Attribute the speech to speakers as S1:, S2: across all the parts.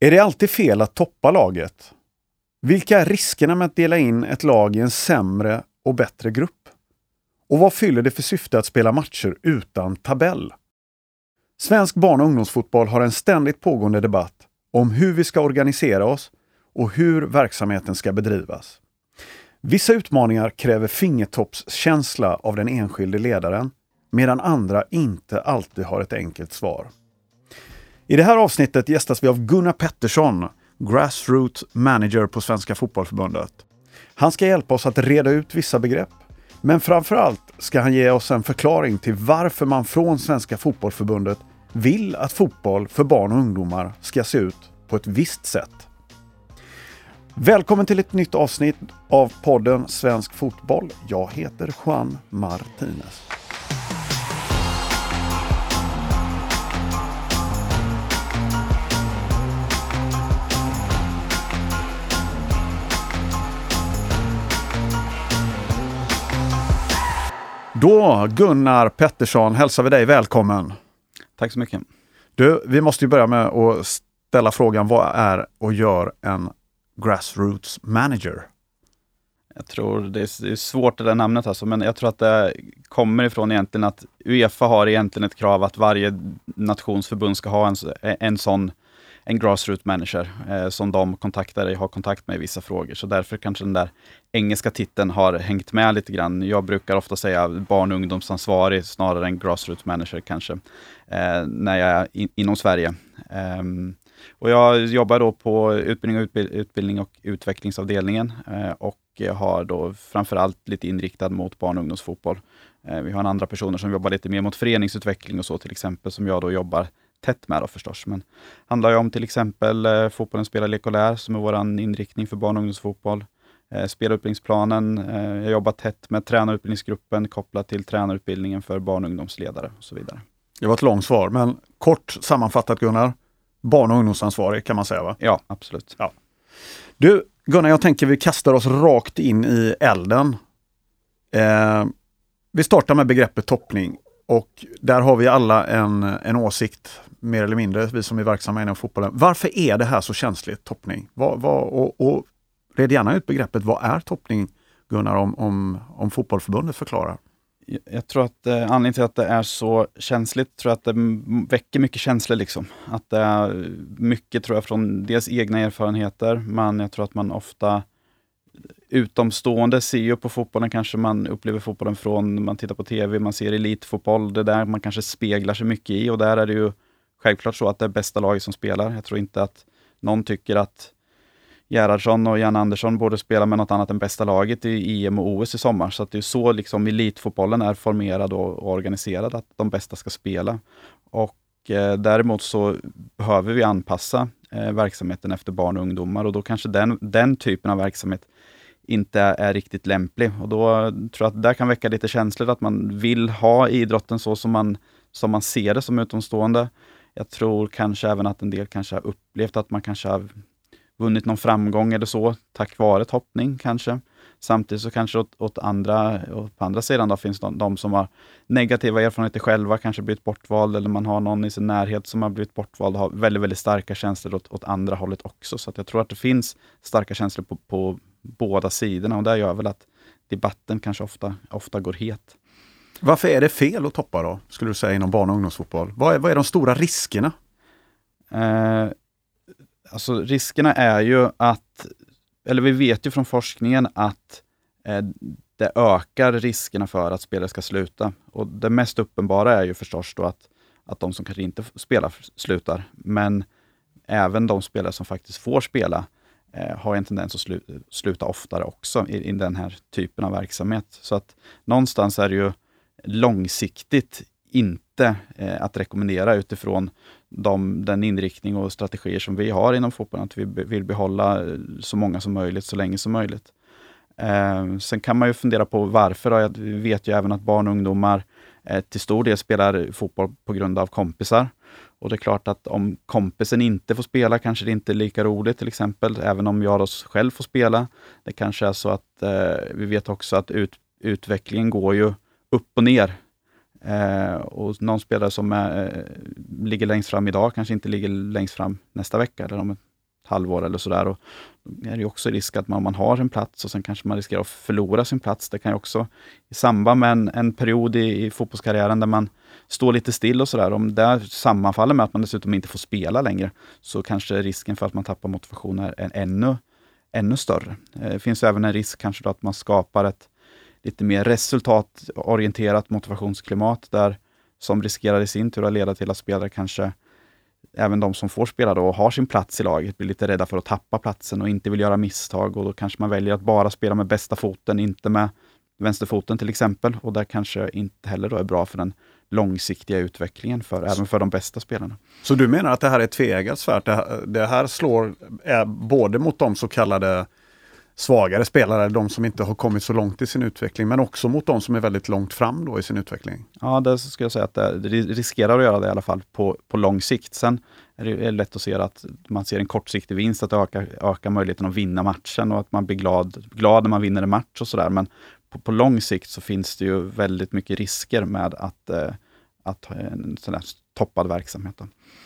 S1: Är det alltid fel att toppa laget? Vilka är riskerna med att dela in ett lag i en sämre och bättre grupp? Och vad fyller det för syfte att spela matcher utan tabell? Svensk barn- och ungdomsfotboll har en ständigt pågående debatt om hur vi ska organisera oss och hur verksamheten ska bedrivas. Vissa utmaningar kräver fingertoppskänsla av den enskilde ledaren, medan andra inte alltid har ett enkelt svar. I det här avsnittet gästas vi av Gunnar Pettersson, Grassroot Manager på Svenska Fotbollförbundet. Han ska hjälpa oss att reda ut vissa begrepp, men framförallt ska han ge oss en förklaring till varför man från Svenska Fotbollförbundet vill att fotboll för barn och ungdomar ska se ut på ett visst sätt. Välkommen till ett nytt avsnitt av podden Svensk Fotboll. Jag heter Juan Martinez. Då, Gunnar Pettersson, hälsar vi dig välkommen.
S2: Tack så mycket.
S1: Du, vi måste ju börja med att ställa frågan, vad är och gör en Grassroots Manager?
S2: Jag tror det är svårt det där namnet alltså, men jag tror att det kommer ifrån egentligen att UEFA har egentligen ett krav att varje nationsförbund ska ha en grassroot manager som de har kontakt med i vissa frågor. Så därför kanske den där engelska titeln har hängt med lite grann. Jag brukar ofta säga barn- och ungdomsansvarig snarare än grassroot manager kanske när jag är inom Sverige. Och jag jobbar då på utbildning och utvecklingsavdelningen och har då framförallt lite inriktad mot barn- och ungdomsfotboll. Vi har andra personer som jobbar lite mer mot föreningsutveckling och så till exempel, som jag då jobbar tätt med då förstås. Men handlar ju om till exempel fotbollen spelar lek och lär som är våran inriktning för barn- och ungdomsfotboll. Spelutbildningsplanen, jag jobbar tätt med tränarutbildningsgruppen kopplat till tränarutbildningen för barn- och ungdomsledare och så vidare.
S1: Det var ett långt svar, men kort sammanfattat Gunnar, barn- och ungdomsansvarig kan man säga, va?
S2: Ja, absolut.
S1: Ja. Du Gunnar, jag tänker vi kastar oss rakt in i elden. Vi startar med begreppet toppning. Och där har vi alla en åsikt, mer eller mindre, vi som är verksamma inom fotbollen. Varför är det här så känsligt, toppning? Och red gärna ut begreppet, vad är toppning, Gunnar, om fotbollförbundet förklarar?
S2: Jag tror att anledningen till att det är så känsligt, tror jag att det väcker mycket känslor liksom. Att det är mycket, tror jag, från dels egna erfarenheter, men jag tror att man ofta utomstående ser ju på fotbollen, kanske man upplever fotbollen från, man tittar på tv, man ser elitfotboll, det där man kanske speglar sig mycket i, och där är det ju självklart så att det är bästa laget som spelar. Jag tror inte att någon tycker att Gerhardsson och Jan Andersson borde spela med något annat än bästa laget i EM och OS i sommar, så att det är så liksom elitfotbollen är formerad och organiserad, att de bästa ska spela. Och däremot så behöver vi anpassa verksamheten efter barn och ungdomar, och då kanske den typen av verksamhet inte är riktigt lämplig. Och då tror jag att det kan väcka lite känslor att man vill ha idrotten så som man ser det som utomstående. Jag tror kanske även att en del kanske har upplevt att man kanske har vunnit någon framgång eller så tack vare toppning kanske. Samtidigt så kanske på andra sidan då finns de som har negativa erfarenheter själva, kanske blivit bortvald, eller man har någon i sin närhet som har blivit bortvald och har väldigt, väldigt starka känslor åt andra hållet också. Så att jag tror att det finns starka känslor på båda sidorna, och det gör väl att debatten kanske ofta går het.
S1: Varför är det fel att toppa då, skulle du säga, inom barn- och ungdomsfotboll? Vad är de stora riskerna?
S2: Alltså riskerna är ju att, eller vi vet ju från forskningen att det ökar riskerna för att spelare ska sluta. Och det mest uppenbara är ju förstås då att de som kanske inte spelar slutar. Men även de spelare som faktiskt får spela har en tendens att sluta oftare också i den här typen av verksamhet. Så att någonstans är det ju långsiktigt inte att rekommendera utifrån den inriktning och strategier som vi har inom fotbollen, att vi vill behålla så många som möjligt så länge som möjligt. Sen kan man ju fundera på varför. Vi vet ju även att barn och ungdomar till stor del spelar fotboll på grund av kompisar. Och det är klart att om kompisen inte får spela kanske det inte är lika roligt till exempel, även om jag då själv får spela. Det kanske är så att vi vet också att utvecklingen går ju upp och ner. Och någon spelare som ligger längst fram idag kanske inte ligger längst fram nästa vecka eller om halvår eller sådär. Och då är det ju också risk att man har en plats och sen kanske man riskerar att förlora sin plats. Det kan ju också i samband med en period i fotbollskarriären där man står lite still och sådär. Om det sammanfaller med att man dessutom inte får spela längre, så kanske risken för att man tappar motivation är ännu större. Det finns även en risk kanske då att man skapar ett lite mer resultatorienterat motivationsklimat där, som riskerar i sin tur att leda till att spelare kanske, även de som får spela då och har sin plats i laget, blir lite rädda för att tappa platsen och inte vill göra misstag, och då kanske man väljer att bara spela med bästa foten, inte med vänsterfoten till exempel, och där kanske inte heller då är bra för den långsiktiga utvecklingen även för de bästa spelarna.
S1: Så du menar att det här är tveeggat svärd? Det här slår både mot de så kallade svagare spelare, de som inte har kommit så långt i sin utveckling, men också mot de som är väldigt långt fram då i sin utveckling?
S2: Ja, det skulle jag säga att det riskerar att göra det i alla fall på lång sikt. Sen är det lätt att se att man ser en kortsiktig vinst, att öka möjligheten att vinna matchen och att man blir glad när man vinner en match och sådär. Men på lång sikt så finns det ju väldigt mycket risker med att ha en sån där toppad verksamhet.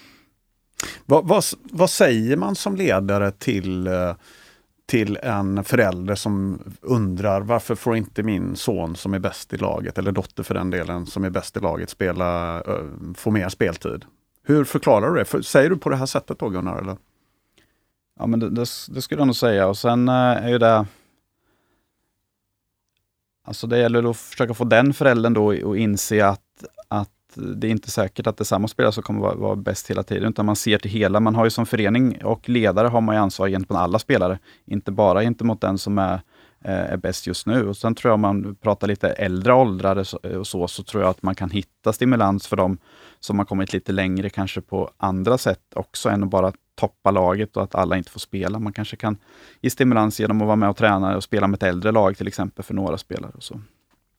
S1: Vad säger man som ledare till en förälder som undrar varför får inte min son som är bäst i laget, eller dotter för den delen som är bäst i laget, få mer speltid? Hur förklarar du det? Säger du på det här sättet då, Gunnar? Eller?
S2: Ja, men det skulle jag nog säga. Och sen är ju det... Alltså det gäller att försöka få den föräldern då att inse att det är inte säkert att det är samma spelare som kommer vara bäst hela tiden, utan man ser till hela. Man har ju som förening och ledare har man ju ansvar gentemot alla spelare, inte bara gentemot den som är bäst just nu. Och sen tror jag, om man pratar lite äldre åldrar och så tror jag att man kan hitta stimulans för dem som har kommit lite längre, kanske på andra sätt också än att bara toppa laget och att alla inte får spela. Man kanske kan ge stimulans genom att vara med och träna och spela med ett äldre lag till exempel för några spelare och så.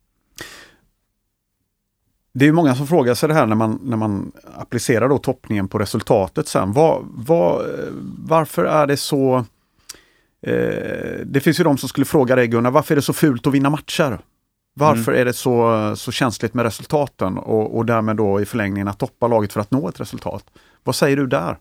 S1: Det är många som frågar sig det här när man applicerar då toppningen på resultatet sen. Varför är det så... det finns ju de som skulle fråga dig, Gunnar, varför är det så fult att vinna matcher? Varför är det så känsligt med resultaten och därmed då i förlängningen att toppa laget för att nå ett resultat? Vad säger du där?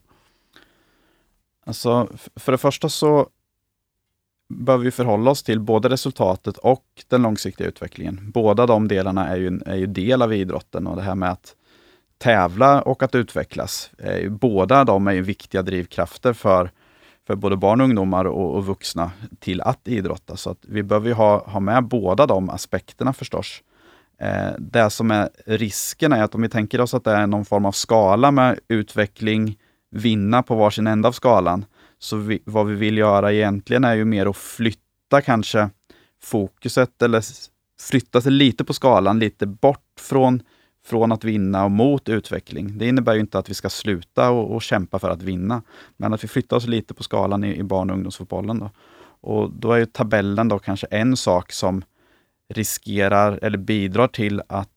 S2: Alltså, för det första så behöver vi förhålla oss till både resultatet och den långsiktiga utvecklingen. Båda de delarna är ju del av idrotten, och det här med att tävla och att utvecklas. Båda de är ju viktiga drivkrafter för både barn och ungdomar och vuxna till att idrotta. Så att vi behöver ju ha med båda de aspekterna förstås. Det som är risken är att om vi tänker oss att det är någon form av skala med utveckling, vinna på varsin ända av skalan, så vad vi vill göra egentligen är ju mer att flytta kanske fokuset, eller flytta sig lite på skalan, lite bort från att vinna och mot utveckling. Det innebär ju inte att vi ska sluta och kämpa för att vinna, men att vi flyttar oss lite på skalan i barn- och ungdomsfotbollen då. Och då är ju tabellen då kanske en sak som riskerar eller bidrar till att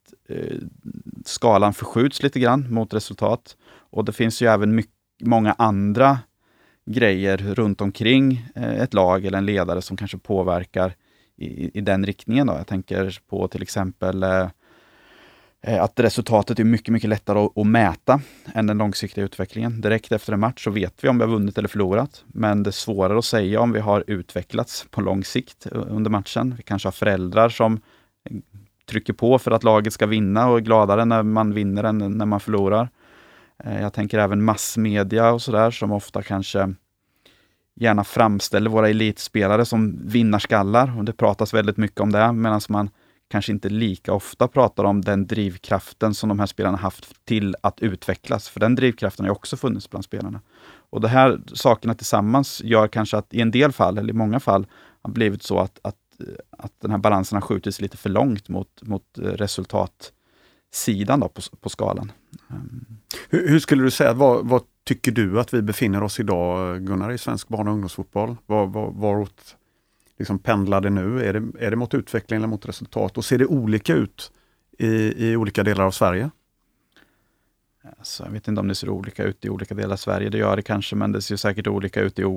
S2: skalan förskjuts lite grann mot resultat. Och det finns ju även många andra grejer runt omkring ett lag eller en ledare som kanske påverkar i den riktningen då. Jag tänker på till exempel att resultatet är mycket, mycket lättare att mäta än den långsiktiga utvecklingen. Direkt efter en match så vet vi om vi har vunnit eller förlorat, men det är svårare att säga om vi har utvecklats på lång sikt under matchen. Vi kanske har föräldrar som trycker på för att laget ska vinna och är gladare när man vinner än när man förlorar. Jag tänker även massmedia och sådär, som ofta kanske gärna framställer våra elitspelare som vinnarskallar, och det pratas väldigt mycket om det, medan man kanske inte lika ofta pratar om den drivkraften som de här spelarna haft till att utvecklas, för den drivkraften har också funnits bland spelarna. Och de här sakerna tillsammans gör kanske att i en del fall, eller i många fall, har blivit så att den här balansen har skjutits lite för långt mot resultatsidan då på skalan.
S1: Hur skulle du säga, vad tycker du att vi befinner oss idag, Gunnar, i svensk barn- och ungdomsfotboll? Varåt liksom pendlar det nu? Är det mot utveckling eller mot resultat? Och ser det olika ut i olika delar av Sverige?
S2: Alltså, jag vet inte om det ser olika ut i olika delar av Sverige. Det gör det kanske, men det ser säkert olika ut i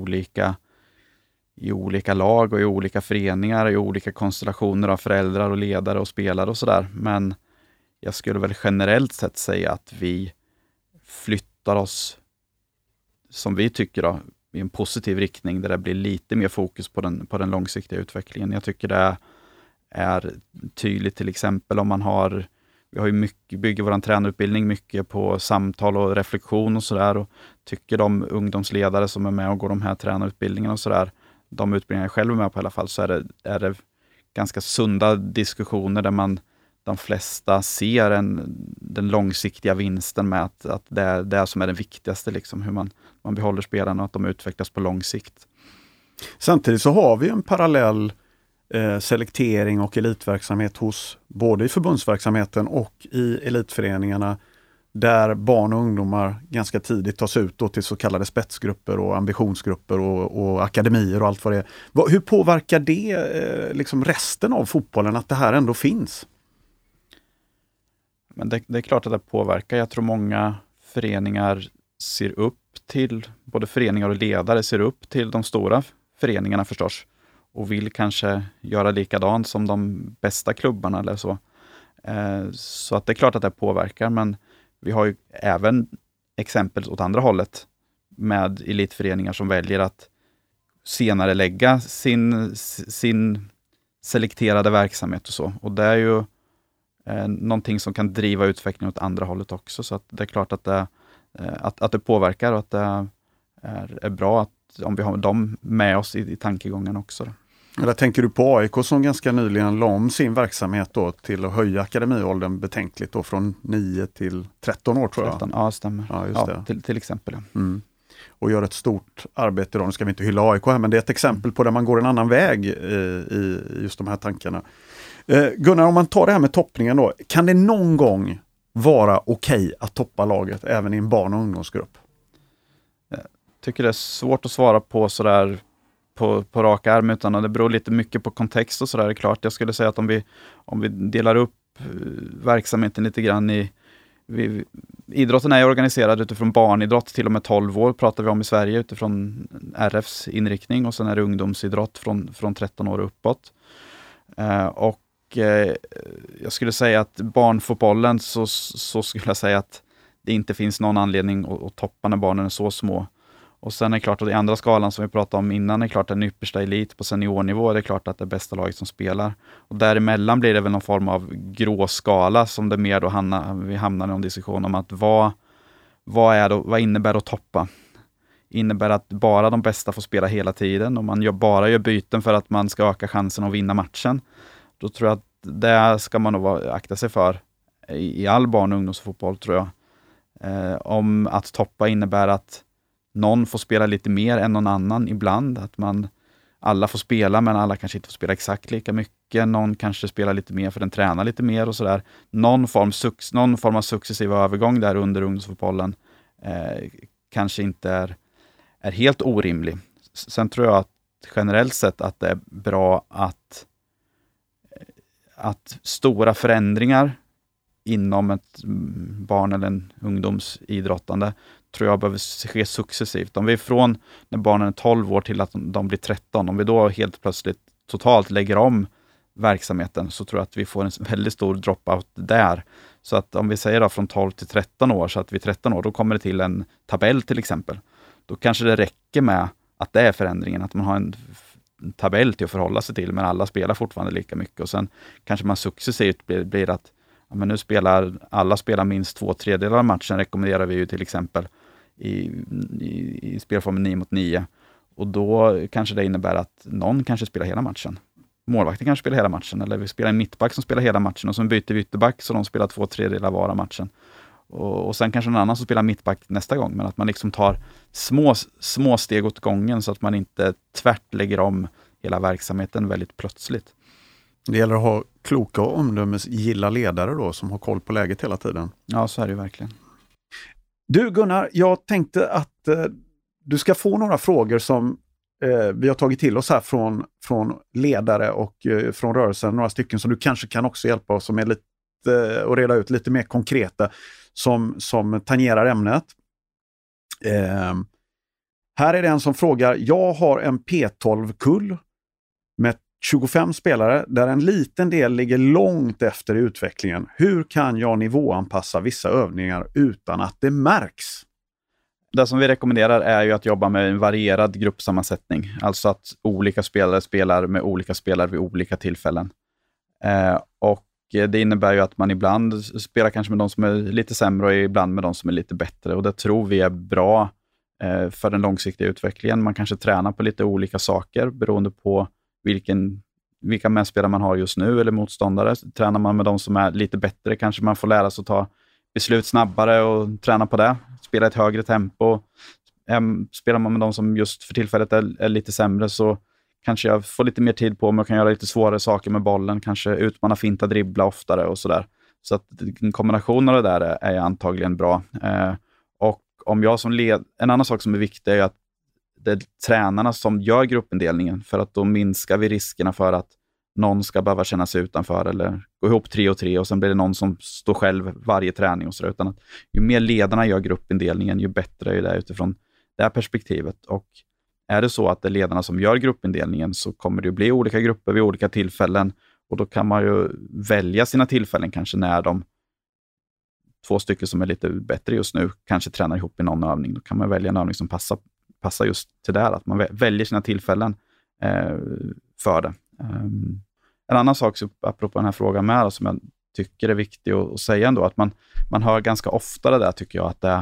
S2: olika lag och i olika föreningar, i olika konstellationer av föräldrar och ledare och spelare och sådär. Men jag skulle väl generellt sett säga att vi flyttar oss, som vi tycker då, i en positiv riktning där det blir lite mer fokus på den långsiktiga utvecklingen. Jag tycker det är tydligt till exempel om vi har ju bygger vår tränarutbildning mycket på samtal och reflektion och sådär, och tycker de ungdomsledare som är med och går de här tränarutbildningarna och sådär, de utbildningar jag själv är med på i alla fall, så är det ganska sunda diskussioner där de flesta ser den långsiktiga vinsten med att det är det som är det viktigaste, liksom, hur man behåller spelarna och att de utvecklas på lång sikt.
S1: Samtidigt så har vi en parallell selektering och elitverksamhet hos både i förbundsverksamheten och i elitföreningarna, där barn och ungdomar ganska tidigt tas ut då till så kallade spetsgrupper och ambitionsgrupper och akademier och allt vad det är. Hur påverkar det liksom resten av fotbollen att det här ändå finns?
S2: Men det är klart att det påverkar. Jag tror många föreningar ser upp till, både föreningar och ledare ser upp till de stora föreningarna förstås, och vill kanske göra likadant som de bästa klubbarna eller så. Så att det är klart att det påverkar, men vi har ju även exempel åt andra hållet med elitföreningar som väljer att senare lägga sin selekterade verksamhet och så. Och det är ju någonting som kan driva utvecklingen åt andra hållet också. Så att det är klart att det påverkar, och att det är bra att om vi har dem med oss i tankegången också.
S1: Eller tänker du på AIK som ganska nyligen la om sin verksamhet då till att höja akademiåldern betänkligt då från 9 till 13 år tror jag.
S2: 13, ja, stämmer.
S1: Ja, just det.
S2: Till exempel. Ja.
S1: Mm. Och gör ett stort arbete då. Nu ska vi inte hylla AIK här, men det är ett exempel på där man går en annan väg i just de här tankarna. Gunnar, om man tar det här med toppningen då, kan det någon gång vara okej att toppa laget även i en barn- och ungdomsgrupp?
S2: Jag tycker det är svårt att svara på sådär på raka arm, utan det beror lite mycket på kontext och sådär. Klart, jag skulle säga att om vi delar upp verksamheten lite grann idrotten är organiserad utifrån barnidrott till och med 12 år pratar vi om i Sverige utifrån RFs inriktning, och sen är det ungdomsidrott från 13 år uppåt. Jag skulle säga att barnfotbollen så skulle jag säga att det inte finns någon anledning att toppa när barnen är så små. Och sen är det klart att i andra skalan som vi pratade om innan är det klart att den yppersta elit på seniornivå är det klart att det är bästa laget som spelar. Och däremellan blir det väl någon form av gråskala som det mer då vi hamnar i en diskussion om att vad innebär att toppa? Innebär att bara de bästa får spela hela tiden och man bara gör byten för att man ska öka chansen att vinna matchen. Då tror jag att det ska man nog akta sig för i all barn- och ungdomsfotboll, tror jag. Om att toppa innebär att någon får spela lite mer än någon annan ibland. Att alla får spela, men alla kanske inte får spela exakt lika mycket. Någon kanske spelar lite mer för den tränar lite mer och sådär. Någon form av successiv övergång där under ungdomsfotbollen kanske inte är helt orimlig. Sen tror jag att generellt sett att det är bra att stora förändringar inom ett barn- eller en ungdomsidrottande tror jag behöver ske successivt. Om vi är från när barnen är 12 år till att de blir 13, om vi då helt plötsligt totalt lägger om verksamheten, så tror jag att vi får en väldigt stor dropout där. Så att om vi säger då från 12 till 13 år, så att vid 13 år, då kommer det till en tabell till exempel. Då kanske det räcker med att det är förändringen, att man har en tabell till att förhålla sig till, men alla spelar fortfarande lika mycket. Och sen kanske man successivt blir att men nu alla spelar minst 2/3 av matchen, rekommenderar vi ju till exempel i spelformen 9 mot 9. Och då kanske det innebär att någon kanske spelar hela matchen. Målvakten kanske spelar hela matchen, eller vi spelar en mittback som spelar hela matchen och så byter vi ytterback så de spelar 2/3 var av matchen. Och sen kanske någon annan som spelar mittback nästa gång, men att man liksom tar små steg åt gången så att man inte tvärt lägger om hela verksamheten väldigt plötsligt.
S1: Det gäller att ha kloka och omdömesgilla ledare då, som har koll på läget hela tiden.
S2: Ja, så är det ju verkligen.
S1: Du Gunnar, jag tänkte att du ska få några frågor som vi har tagit till oss här från ledare och från rörelsen, några stycken som du kanske kan också hjälpa oss med lite och reda ut lite mer konkreta som tangerar ämnet. Här är det en som frågar: jag har en P12-kull med 25 spelare där en liten del ligger långt efter i utvecklingen. Hur kan jag nivåanpassa vissa övningar utan att det märks?
S2: Det som vi rekommenderar är ju att jobba med en varierad gruppsammansättning. Alltså att olika spelare spelar med olika spelare vid olika tillfällen. Och det innebär ju att man ibland spelar kanske med de som är lite sämre och ibland med de som är lite bättre. Och det tror vi är bra för den långsiktiga utvecklingen. Man kanske tränar på lite olika saker beroende på vilka medspelare man har just nu eller motståndare. Tränar man med de som är lite bättre kanske man får lära sig att ta beslut snabbare och träna på det. Spela ett högre tempo. Spelar man med de som just för tillfället är lite sämre så kanske jag får lite mer tid på mig och kan göra lite svårare saker med bollen. Kanske utmana, finta, dribbla oftare och sådär. Så att en kombination av det där är antagligen bra. Och om jag som en annan sak som är viktig är att det är tränarna som gör gruppindelningen, för att då minskar vi riskerna för att någon ska behöva känna sig utanför eller gå ihop 3 och 3 och sen blir det någon som står själv varje träning och sådär. Utan att ju mer ledarna gör gruppindelningen, ju bättre är det utifrån det här perspektivet. Och är det så att det är ledarna som gör gruppindelningen så kommer det ju bli olika grupper vid olika tillfällen och då kan man ju välja sina tillfällen kanske när de 2 stycken som är lite bättre just nu kanske tränar ihop i någon övning. Då kan man välja en övning som passar just till det här, att man väljer sina tillfällen för det. En annan sak apropå den här frågan med som jag tycker är viktig att säga ändå, att man hör ganska ofta det där tycker jag, att det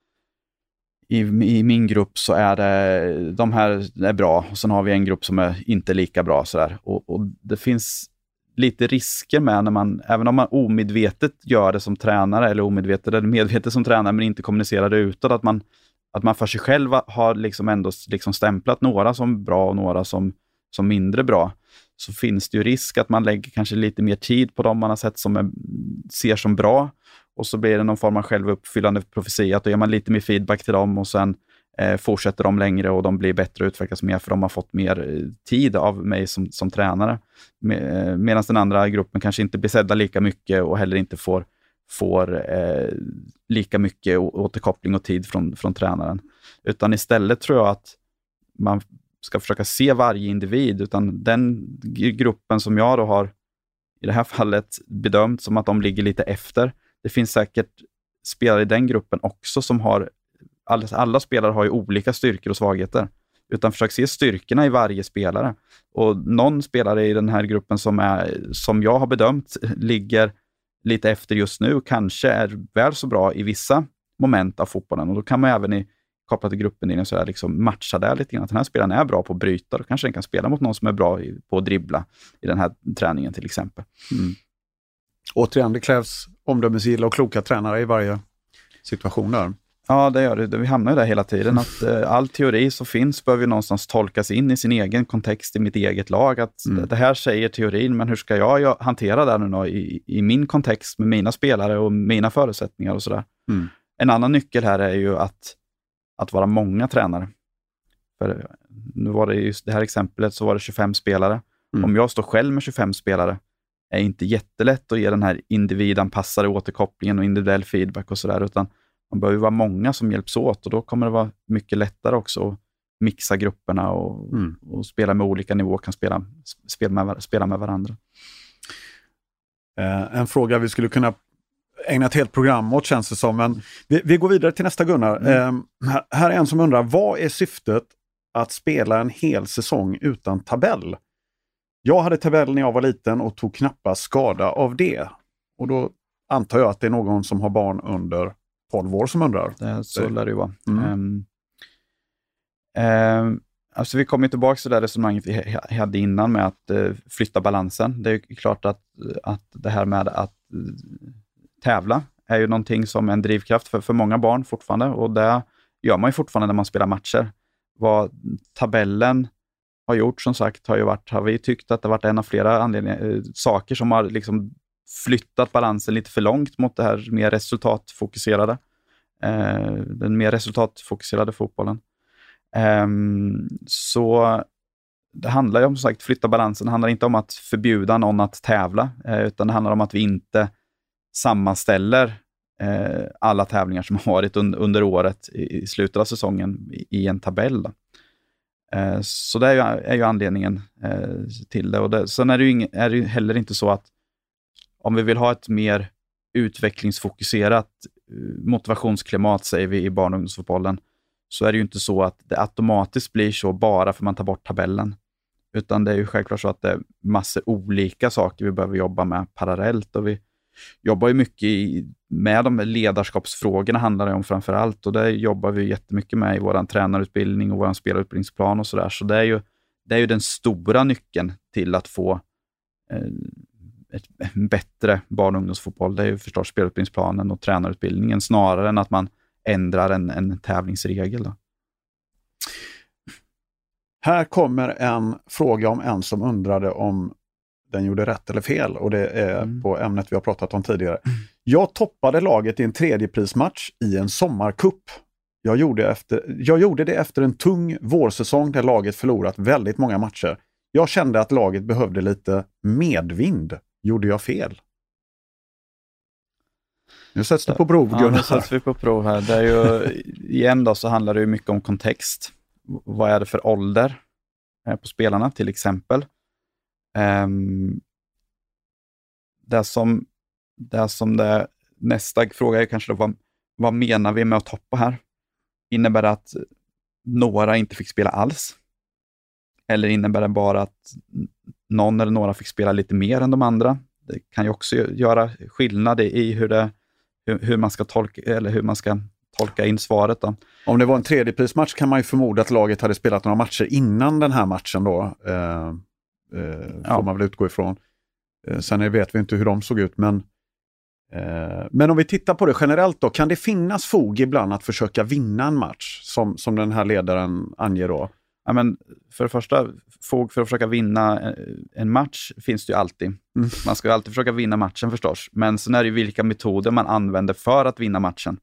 S2: i min grupp så är det de här är bra och sen har vi en grupp som är inte lika bra sådär. Och det finns lite risker med när man, även om man omedvetet gör det som tränare eller omedvetet eller medvetet som tränare men inte kommunicerar det utåt, att man för sig själv har liksom ändå liksom stämplat några som bra och några som mindre bra, så finns det ju risk att man lägger kanske lite mer tid på dem man har sett ser som bra, och så blir det någon form av självuppfyllande profetia, att då ger man lite mer feedback till dem och sen fortsätter de längre och de blir bättre och utvecklas mer för de har fått mer tid av mig som tränare. Medan den andra gruppen kanske inte blir sedda lika mycket och heller inte får lika mycket återkoppling och tid från tränaren. Utan istället tror jag att man ska försöka se varje individ, utan den gruppen som jag då har i det här fallet bedömt som att de ligger lite efter. Det finns säkert spelare i den gruppen också som har, alla spelare har ju olika styrkor och svagheter, utan försök se styrkorna i varje spelare. Och någon spelare i den här gruppen som jag har bedömt ligger lite efter just nu kanske är väl så bra i vissa moment av fotbollen, och då kan man även kopplat till gruppen så liksom matcha där lite grann. Att den här spelaren är bra på att bryta, då kanske den kan spela mot någon som är bra på att dribbla i den här träningen till exempel.
S1: Återigen, det krävs omdömesgilla och kloka tränare i varje situation där.
S2: Ja, det gör det. Vi hamnar ju där hela tiden. Att all teori som finns behöver ju någonstans tolkas in i sin egen kontext i mitt eget lag. Att det här säger teorin, men hur ska jag hantera det nu då i min kontext med mina spelare och mina förutsättningar och sådär. En annan nyckel här är ju att vara många tränare. För nu var det just det här exemplet så var det 25 spelare. Om jag står själv med 25 spelare är inte jättelätt att ge den här individanpassade återkopplingen och individuell feedback och sådär, utan man behöver vara många som hjälps åt, och då kommer det vara mycket lättare också att mixa grupperna och spela med olika nivåer, kan spela med varandra.
S1: En fråga vi skulle kunna ägna ett helt program åt känns det som, men vi går vidare till nästa, Gunnar. Här är en som undrar, vad är syftet att spela en hel säsong utan tabell? Jag hade tabell när jag var liten och tog knappast skada av det. Och då antar jag att det är någon som har barn under 12 år som undrar.
S2: Så lär det ju vara. Alltså vi kommer tillbaka till det resonemanget vi hade innan med att flytta balansen. Det är ju klart att det här med att tävla är ju någonting som är en drivkraft för många barn fortfarande, och det gör man ju fortfarande när man spelar matcher. Vad tabellen har gjort, som sagt, har vi tyckt att det har varit en av flera saker som har liksom flyttat balansen lite för långt mot det här mer resultatfokuserade. Den mer resultatfokuserade fotbollen. Så det handlar ju om, som sagt, flytta balansen. Det handlar inte om att förbjuda någon att tävla, utan det handlar om att vi inte sammanställer alla tävlingar som har varit under året i slutet av säsongen i en tabell. Så det är ju anledningen till det. Och sen är det ju heller inte så att om vi vill ha ett mer utvecklingsfokuserat motivationsklimat, säger vi i barn- och ungdomsfotbollen, så är det ju inte så att det automatiskt blir så bara för man tar bort tabellen. Utan det är ju självklart så att det är massor olika saker vi behöver jobba med parallellt. Och vi jobbar ju mycket med de ledarskapsfrågorna handlar det om framförallt. Och det jobbar vi jättemycket med i vår tränarutbildning och vår spelarutbildningsplan och sådär. Så det är ju den stora nyckeln till att få en bättre barn- och ungdomsfotboll. Det är ju förstås spelutbildningsplanen och tränarutbildningen snarare än att man ändrar en tävlingsregel då.
S1: Här kommer en fråga om en som undrade om den gjorde rätt eller fel, och det är på ämnet vi har pratat om tidigare. Jag toppade laget i en tredjeprismatch i en sommarcup. Jag gjorde det efter en tung vårsäsong där laget förlorat väldigt många matcher. Jag kände att laget behövde lite medvind. Gjorde jag fel? Nu sätts det på prov, Gunnar.
S2: Ja, nu sätts vi på prov här. Det är ju, igen då så handlar det ju mycket om kontext. Vad är det för ålder på spelarna till exempel? Nästa fråga är kanske då, vad menar vi med att toppa här? Innebär det att några inte fick spela alls? Eller innebär det bara att någon eller några fick spela lite mer än de andra? Det kan ju också göra skillnad i hur man ska tolka, eller hur man ska tolka in svaret då.
S1: Om det var en tredjeprismatch kan man ju förmoda att laget hade spelat några matcher innan den här matchen då. Får man väl utgå ifrån. Sen vet vi inte hur de såg ut, men om vi tittar på det generellt då, kan det finnas fog ibland att försöka vinna en match som den här ledaren anger då?
S2: Ja, men för det första, fog för att försöka vinna en match finns det ju alltid. Man ska ju alltid försöka vinna matchen förstås. Men sen är det ju vilka metoder man använder för att vinna matchen.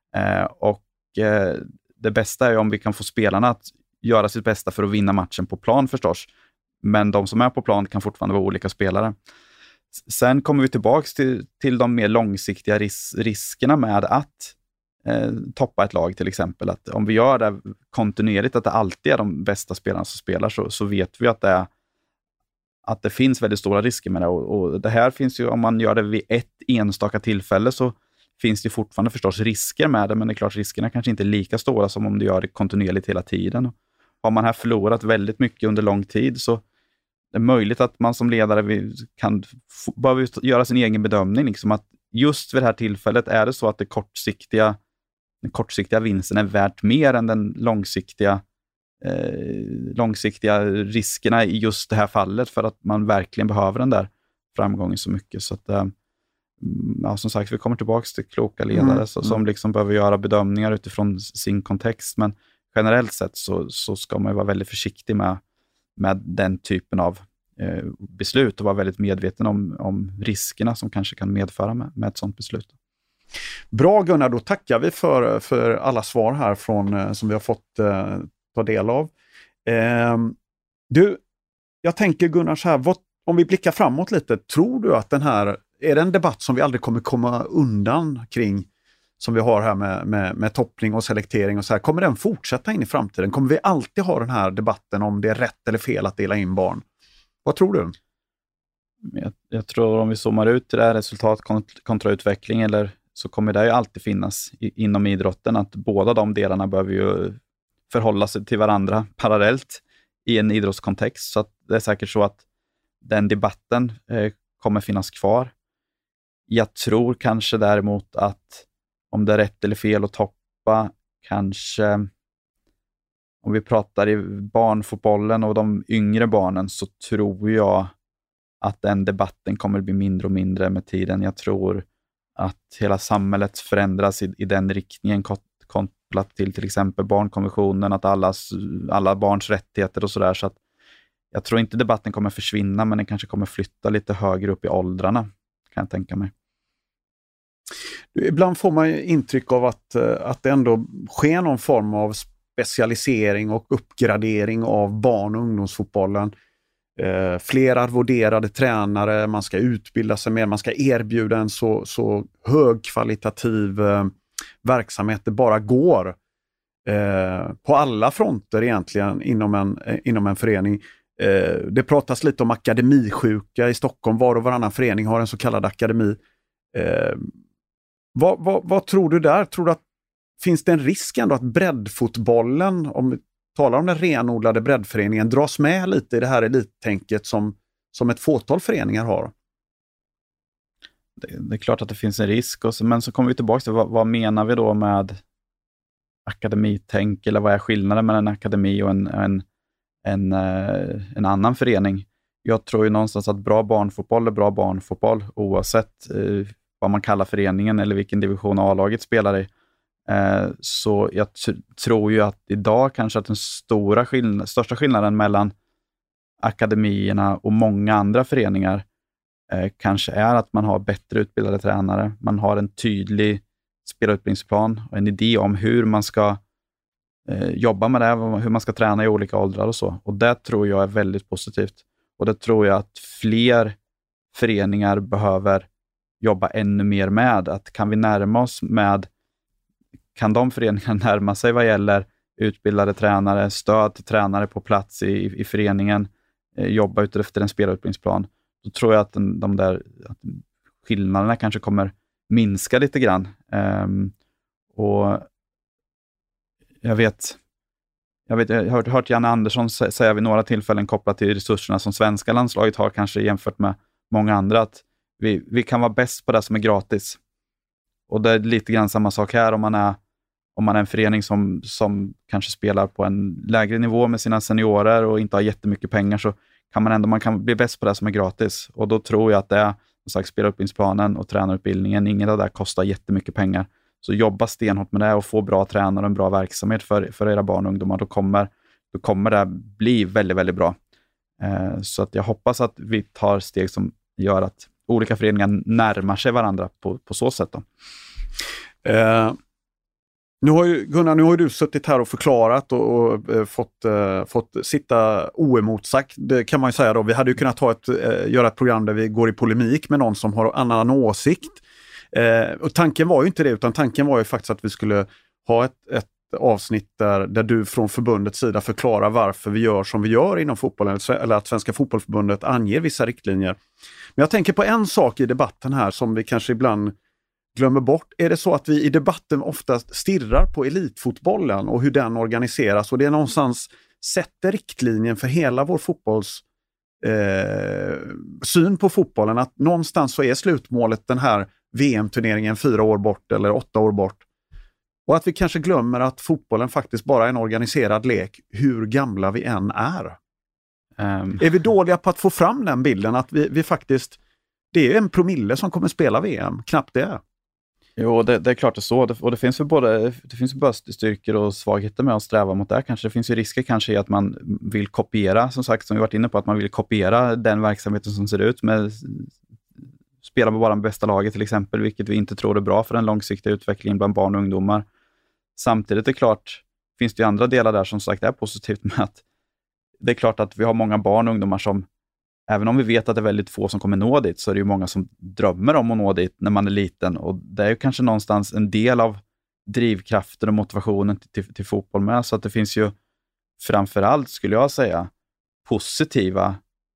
S2: Det bästa är ju om vi kan få spelarna att göra sitt bästa för att vinna matchen på plan förstås. Men de som är på plan kan fortfarande vara olika spelare. Sen kommer vi tillbaka till de mer långsiktiga riskerna med att toppa ett lag till exempel. Att om vi gör det kontinuerligt, att det alltid är de bästa spelarna som spelar, så vet vi att det finns väldigt stora risker med det. Och det här finns ju, om man gör det vid ett enstaka tillfälle, så finns det fortfarande förstås risker med det, men det är klart riskerna kanske inte är lika stora som om du gör det kontinuerligt hela tiden. Har man här förlorat väldigt mycket under lång tid, så det är möjligt att man som ledare behöver göra sin egen bedömning. Liksom att just vid det här tillfället är det så att den kortsiktiga vinsten är värt mer än den långsiktiga riskerna i just det här fallet, för att man verkligen behöver den där framgången så mycket. Så att, som sagt, vi kommer tillbaka till kloka ledare som liksom behöver göra bedömningar utifrån sin kontext. Men generellt sett så ska man ju vara väldigt försiktig med den typen av beslut och vara väldigt medveten om riskerna som kanske kan medföra med ett sådant beslut.
S1: Bra Gunnar, då tackar vi för alla svar här som vi har fått ta del av. Jag tänker Gunnar så här, om vi blickar framåt lite, tror du att är det en debatt som vi aldrig kommer komma undan kring, som vi har här med toppning och selektering och så här, kommer den fortsätta in i framtiden? Kommer vi alltid ha den här debatten om det är rätt eller fel att dela in barn? Vad tror du?
S2: Jag tror om vi zoomar ut till det här resultat kontra utveckling, så kommer det ju alltid finnas inom idrotten att båda de delarna behöver ju förhålla sig till varandra parallellt i en idrottskontext. Så att det är säkert så att den debatten kommer finnas kvar. Jag tror kanske däremot att om det är rätt eller fel att toppa, kanske om vi pratar i barnfotbollen och de yngre barnen, så tror jag att den debatten kommer bli mindre och mindre med tiden. Jag tror att hela samhället förändras i den riktningen, kopplat till exempel barnkonventionen, att alla barns rättigheter och sådär. Så att jag tror inte debatten kommer försvinna, men den kanske kommer flytta lite högre upp i åldrarna, kan jag tänka mig.
S1: Ibland får man intryck av att det ändå sker någon form av specialisering och uppgradering av barn- och ungdomsfotbollen. Fler arvoderade tränare, man ska utbilda sig mer, man ska erbjuda en så högkvalitativ verksamhet det bara går. På alla fronter egentligen inom en förening. Det pratas lite om akademisjuka i Stockholm. Var och varannan förening har en så kallad akademi. Vad tror du där? Tror du att finns det en risk ändå att breddfotbollen, om vi talar om den renodlade breddföreningen, dras med lite i det här elittänket som ett fåtal föreningar har?
S2: Det är klart att det finns en risk, men så kommer vi tillbaka till vad menar vi då med akademitänk, eller vad är skillnaden mellan en akademi och en annan förening? Jag tror ju någonstans att bra barnfotboll är bra barnfotboll oavsett vad man kallar föreningen eller vilken division A-laget spelar i. Så jag tror ju att idag kanske att den största skillnaden mellan akademierna och många andra föreningar kanske är att man har bättre utbildade tränare. Man har en tydlig spelarutbildningsplan och en idé om hur man ska jobba med det, hur man ska träna i olika åldrar och så. Och det tror jag är väldigt positivt. Och det tror jag att fler föreningar behöver jobba ännu mer med. Att kan vi närma oss kan de föreningarna närma sig vad gäller utbildade tränare, stöd till tränare på plats i föreningen, jobba efter en spelarutbildningsplan, då tror jag att att skillnaderna kanske kommer minska lite grann. Och jag har hört Janne Andersson säga vid några tillfällen kopplat till resurserna som svenska landslaget har, kanske jämfört med många andra, att vi kan vara bäst på det som är gratis. Och det är lite grann samma sak här. Om man är en förening som kanske spelar på en lägre nivå med sina seniorer och inte har jättemycket pengar, så kan man kan bli bäst på det som är gratis. Och då tror jag att det är spelarutbildningsplanen och tränarutbildningen, inget av det kostar jättemycket pengar. Så jobba stenhårt med det och få bra tränare och en bra verksamhet för era barn och ungdomar. Då kommer det bli väldigt, väldigt bra. Så att jag hoppas att vi tar steg som gör att olika föreningar närmar sig varandra på så sätt då.
S1: Nu har du suttit här och förklarat och fått sitta oemotsagt, det kan man ju säga då. Vi hade ju kunnat göra ett program där vi går i polemik med någon som har annan åsikt. Och tanken var ju inte det, utan tanken var ju faktiskt att vi skulle ha ett avsnitt där du från förbundets sida förklarar varför vi gör som vi gör inom fotbollen, eller att Svenska fotbollförbundet anger vissa riktlinjer. Men jag tänker på en sak i debatten här som vi kanske ibland glömmer bort. Är det så att vi i debatten oftast stirrar på elitfotbollen och hur den organiseras, och det är någonstans sätter riktlinjen för hela vår fotbolls syn på fotbollen, att någonstans så är slutmålet den här VM-turneringen 4 år bort eller 8 år bort. Och att vi kanske glömmer att fotbollen faktiskt bara är en organiserad lek, hur gamla vi än är. Är vi dåliga på att få fram den bilden att vi faktiskt, det är 1% som kommer spela VM, knappt det.
S2: Jo, det är klart det är så. Och det finns ju både styrkor och svagheter med att sträva mot det. Kanske det finns ju risker kanske i att man vill kopiera, som sagt, som vi varit inne på, att man vill kopiera den verksamheten som ser ut med spela med bara det bästa laget till exempel, vilket vi inte tror är bra för den långsiktiga utvecklingen bland barn och ungdomar. Samtidigt är det klart, finns det ju andra delar där som sagt är positivt med att det är klart att vi har många barn och ungdomar som, även om vi vet att det är väldigt få som kommer nå dit, så är det ju många som drömmer om att nå dit när man är liten, och det är ju kanske någonstans en del av drivkraften och motivationen till fotboll med, så att det finns ju framförallt, skulle jag säga, positiva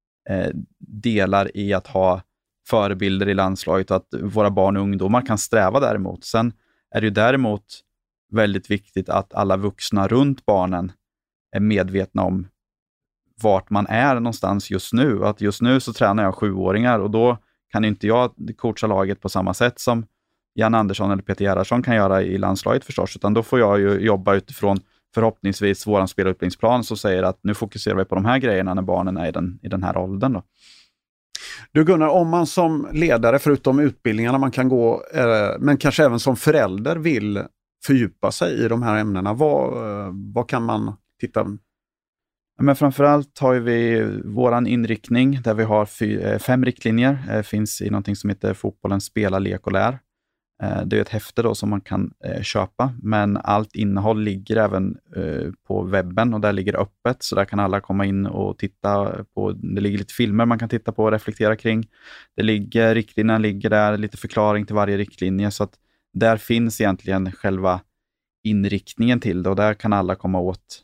S2: delar i att ha förebilder i landslaget och att våra barn och ungdomar kan sträva däremot. Sen är det ju däremot väldigt viktigt att alla vuxna runt barnen är medvetna om vart man är någonstans just nu. Att just nu så tränar jag 7-åringar och då kan inte jag coacha laget på samma sätt som Jan Andersson eller Peter Gerhardsson kan göra i landslaget förstås, utan då får jag ju jobba utifrån förhoppningsvis våran spelutbildningsplan som säger att nu fokuserar vi på de här grejerna när barnen är i den här åldern då.
S1: Du Gunnar, om man som ledare, förutom utbildningarna man kan gå, men kanske även som förälder vill fördjupa sig i de här ämnena, vad kan man titta?
S2: Men framförallt har vi våran inriktning där vi har 5 riktlinjer. Finns i någonting som heter Fotbollen spela, lek och lär. Det är ett häfte då som man kan köpa, men allt innehåll ligger även på webben och där ligger öppet, så där kan alla komma in och titta på. Det ligger lite filmer man kan titta på och reflektera kring. Riktlinjerna ligger där, lite förklaring till varje riktlinje, så att där finns egentligen själva inriktningen till det och där kan alla komma åt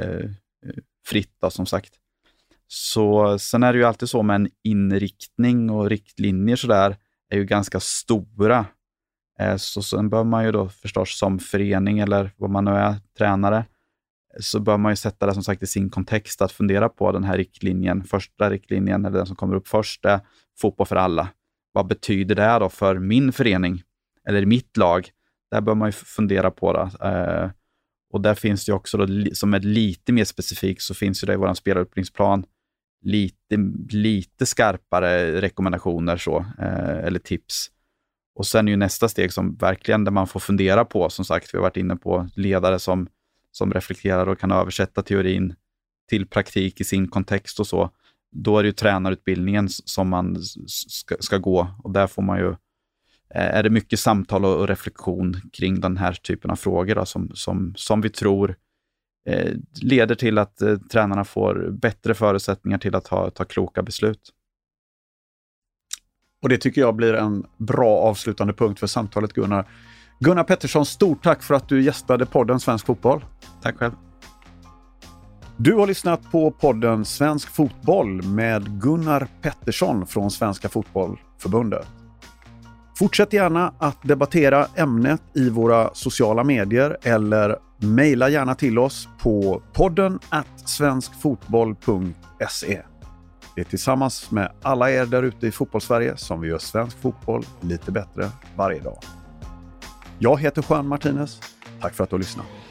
S2: fritt då, som sagt. Så sen är det ju alltid så med en inriktning och riktlinjer så där är ju ganska stora. Så sen bör man ju då förstås som förening eller vad man nu är, tränare, så bör man ju sätta det som sagt i sin kontext, att fundera på den här riktlinjen. Första riktlinjen, eller den som kommer upp först, är fotboll för alla. Vad betyder det då för min förening eller mitt lag? Där bör man ju fundera på det. Och där finns det också då, som är lite mer specifikt, så finns ju det i vår spelarutbildningsplan lite skarpare rekommendationer så, eller tips. Och sen är ju nästa steg som verkligen där man får fundera på, som sagt, vi har varit inne på ledare som reflekterar och kan översätta teorin till praktik i sin kontext och så. Då är det ju tränarutbildningen som man ska gå, och där får man ju, är det mycket samtal och reflektion kring den här typen av frågor då, som vi tror leder till att tränarna får bättre förutsättningar till att ta kloka beslut.
S1: Och det tycker jag blir en bra avslutande punkt för samtalet, Gunnar. Gunnar Pettersson, stort tack för att du gästade podden Svensk Fotboll.
S2: Tack själv.
S1: Du har lyssnat på podden Svensk Fotboll med Gunnar Pettersson från Svenska Fotbollförbundet. Fortsätt gärna att debattera ämnet i våra sociala medier eller mejla gärna till oss på podden@svenskfotboll.se. Det är tillsammans med alla er där ute i fotbollssverige som vi gör svensk fotboll lite bättre varje dag. Jag heter Juan Martinez. Tack för att du har lyssnat.